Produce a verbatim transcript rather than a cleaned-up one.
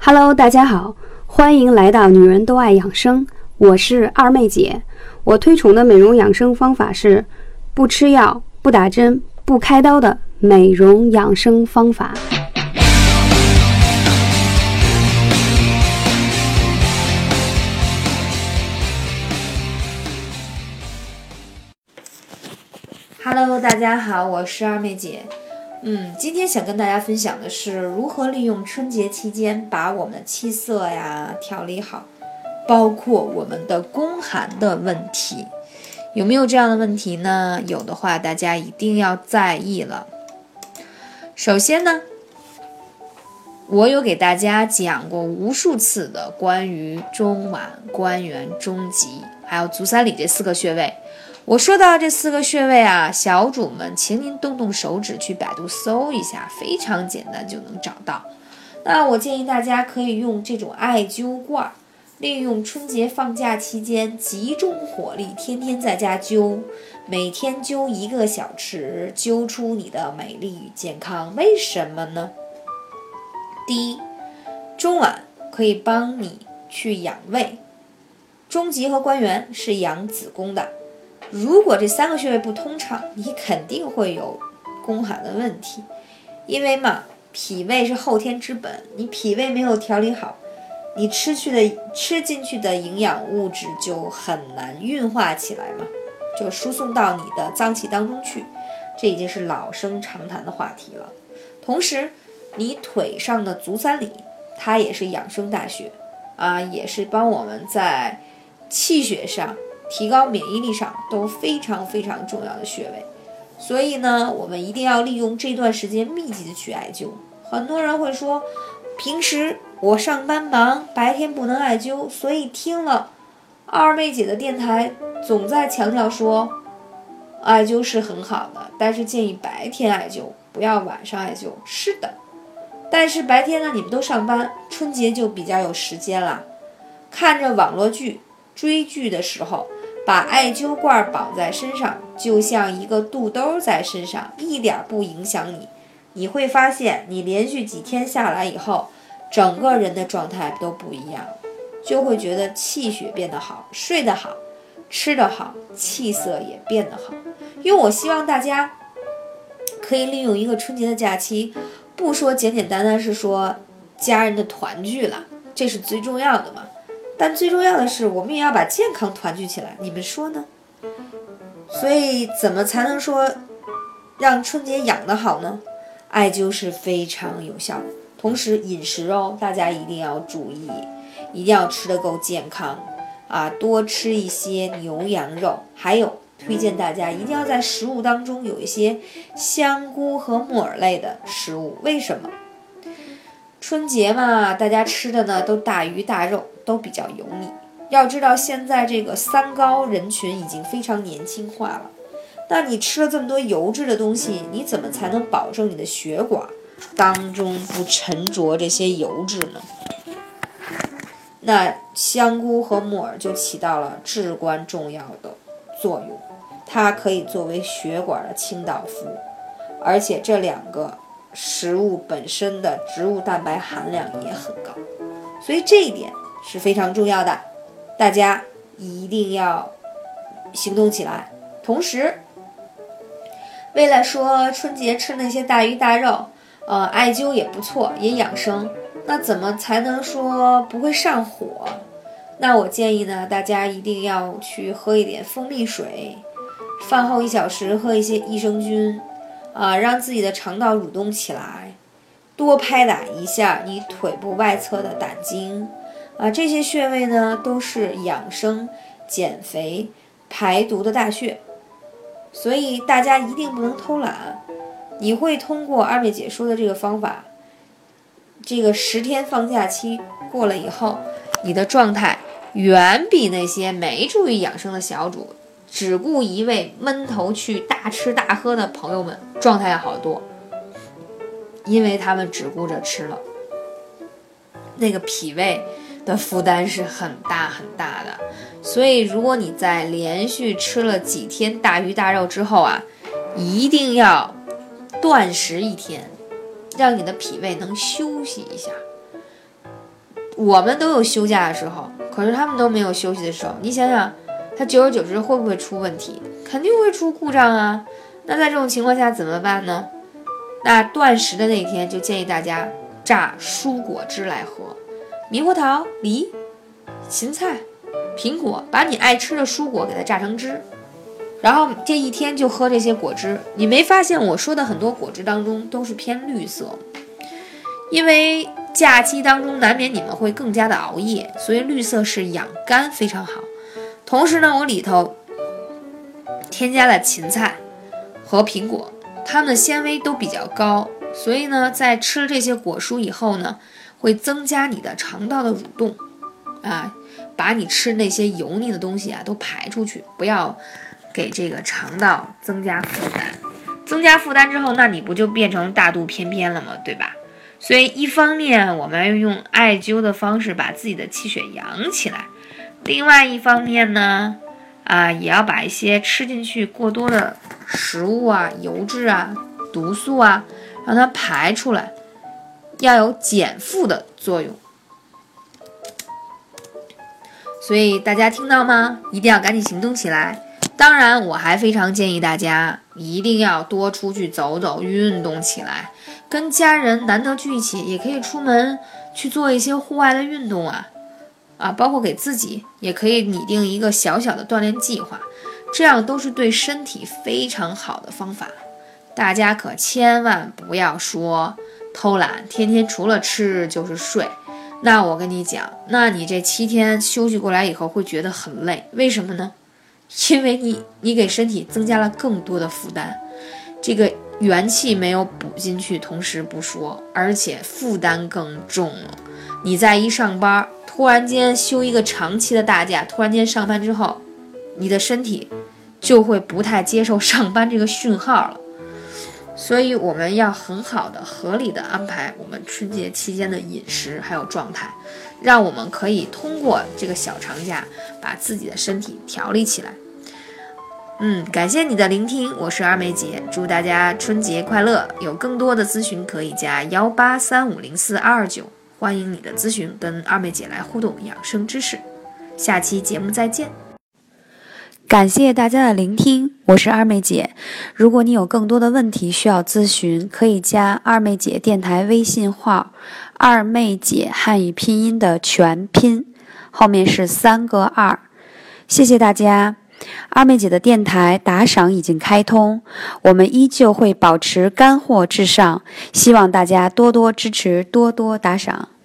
Hello， 大家好，欢迎来到女人都爱养生，我是二妹姐。我推崇的美容养生方法是不吃药、不打针、不开刀的美容养生方法。 Hello， 大家好，我是二妹姐。嗯，今天想跟大家分享的是如何利用春节期间把我们的气色呀调理好，包括我们的宫寒的问题。有没有这样的问题呢？有的话，大家一定要在意了。首先呢，我有给大家讲过无数次的关于中脘、关元、中极还有足三里这四个穴位。我说到这四个穴位啊，小主们请您动动手指去百度搜一下，非常简单就能找到。那我建议大家可以用这种艾灸罐，利用春节放假期间集中火力，天天在家灸，每天灸一个小时，灸出你的美丽与健康。为什么呢？第一，中脘可以帮你去养胃，中极和关元是养子宫的。如果这三个穴位不通畅，你肯定会有宫寒的问题，因为嘛，脾胃是后天之本，你脾胃没有调理好，你吃去的吃进去的营养物质就很难运化起来嘛，就输送到你的脏器当中去，这已经是老生常谈的话题了。同时，你腿上的足三里，它也是养生大穴啊，也是帮我们在气血上提高免疫力上都非常非常重要的穴位，所以呢，我们一定要利用这段时间密集的去艾灸。很多人会说，平时我上班忙，白天不能艾灸，所以听了二妹姐的电台总在强调说，艾灸是很好的，但是建议白天艾灸，不要晚上艾灸。是的，但是白天呢，你们都上班，春节就比较有时间了，看着网络剧、追剧的时候，把艾灸罐绑在身上，就像一个肚兜在身上，一点不影响你。你会发现，你连续几天下来以后，整个人的状态都不一样，就会觉得气血变得好，睡得好，吃得好，气色也变得好。因为我希望大家可以利用一个春节的假期，不说简简单单是说家人的团聚了，这是最重要的嘛。但最重要的是，我们也要把健康团聚起来，你们说呢？所以怎么才能说让春节养得好呢？艾灸是非常有效的。同时饮食哦，大家一定要注意，一定要吃得够健康啊，多吃一些牛羊肉，还有推荐大家一定要在食物当中有一些香菇和木耳类的食物。为什么？春节嘛，大家吃的呢都大鱼大肉，都比较油腻。要知道现在这个三高人群已经非常年轻化了，那你吃了这么多油脂的东西，你怎么才能保证你的血管当中不沉着这些油脂呢？那香菇和木耳就起到了至关重要的作用，它可以作为血管的清道夫，而且这两个食物本身的植物蛋白含量也很高，所以这一点是非常重要的，大家一定要行动起来。同时，为了说春节吃那些大鱼大肉，呃，艾灸也不错，也养生，那怎么才能说不会上火？那我建议呢，大家一定要去喝一点蜂蜜水，饭后一小时喝一些益生菌啊，让自己的肠道蠕动起来，多拍打一下你腿部外侧的胆经啊，这些穴位呢都是养生、减肥、排毒的大穴，所以大家一定不能偷懒。你会通过二妹姐说的这个方法，这个十天放假期过了以后，你的状态远比那些没注意养生的小主，只顾一味闷头去大吃大喝的朋友们状态要好得多，因为他们只顾着吃了，那个脾胃的负担是很大很大的。所以如果你在连续吃了几天大鱼大肉之后啊，一定要断食一天，让你的脾胃能休息一下。 我们都有休假的时候，可是他们都没有休息的时候。你想想，它久而久之会不会出问题？肯定会出故障啊。那在这种情况下怎么办呢？那断食的那一天就建议大家榨蔬果汁来喝，猕猴桃、梨、芹菜、苹果，把你爱吃的蔬果给它榨成汁，然后这一天就喝这些果汁。你没发现我说的很多果汁当中都是偏绿色？因为假期当中难免你们会更加的熬夜，所以绿色是养肝非常好。同时呢，我里头添加了芹菜和苹果，它们的纤维都比较高，所以呢，在吃了这些果蔬以后呢，会增加你的肠道的蠕动啊，把你吃那些油腻的东西啊都排出去，不要给这个肠道增加负担。增加负担之后，那你不就变成大肚翩翩了吗？对吧？所以一方面我们要用艾灸的方式把自己的气血养起来，另外一方面呢啊，也要把一些吃进去过多的食物啊、油脂啊、毒素啊让它排出来，要有减负的作用。所以大家听到吗？一定要赶紧行动起来。当然我还非常建议大家一定要多出去走走，运动起来，跟家人难得聚一起，也可以出门去做一些户外的运动啊啊，包括给自己也可以拟定一个小小的锻炼计划，这样都是对身体非常好的方法。大家可千万不要说偷懒，天天除了吃就是睡。那我跟你讲，那你这七天休息过来以后会觉得很累，为什么呢？因为你你给身体增加了更多的负担，这个元气没有补进去，同时不说，而且负担更重了。你在一上班，突然间休一个长期的大假，突然间上班之后，你的身体就会不太接受上班这个讯号了。所以我们要很好的合理的安排我们春节期间的饮食还有状态，让我们可以通过这个小长假把自己的身体调理起来。嗯，感谢你的聆听，我是二妹姐，祝大家春节快乐。有更多的咨询可以加幺八三五零四二二九，欢迎你的咨询，跟二妹姐来互动养生知识。下期节目再见。 感谢大家的聆听，我是二妹姐。如果你有更多的问题需要咨询，可以加二妹姐电台微信号，二妹姐汉语拼音的全拼，后面是三个二。谢谢大家。二妹姐的电台打赏已经开通，我们依旧会保持干货至上，希望大家多多支持，多多打赏。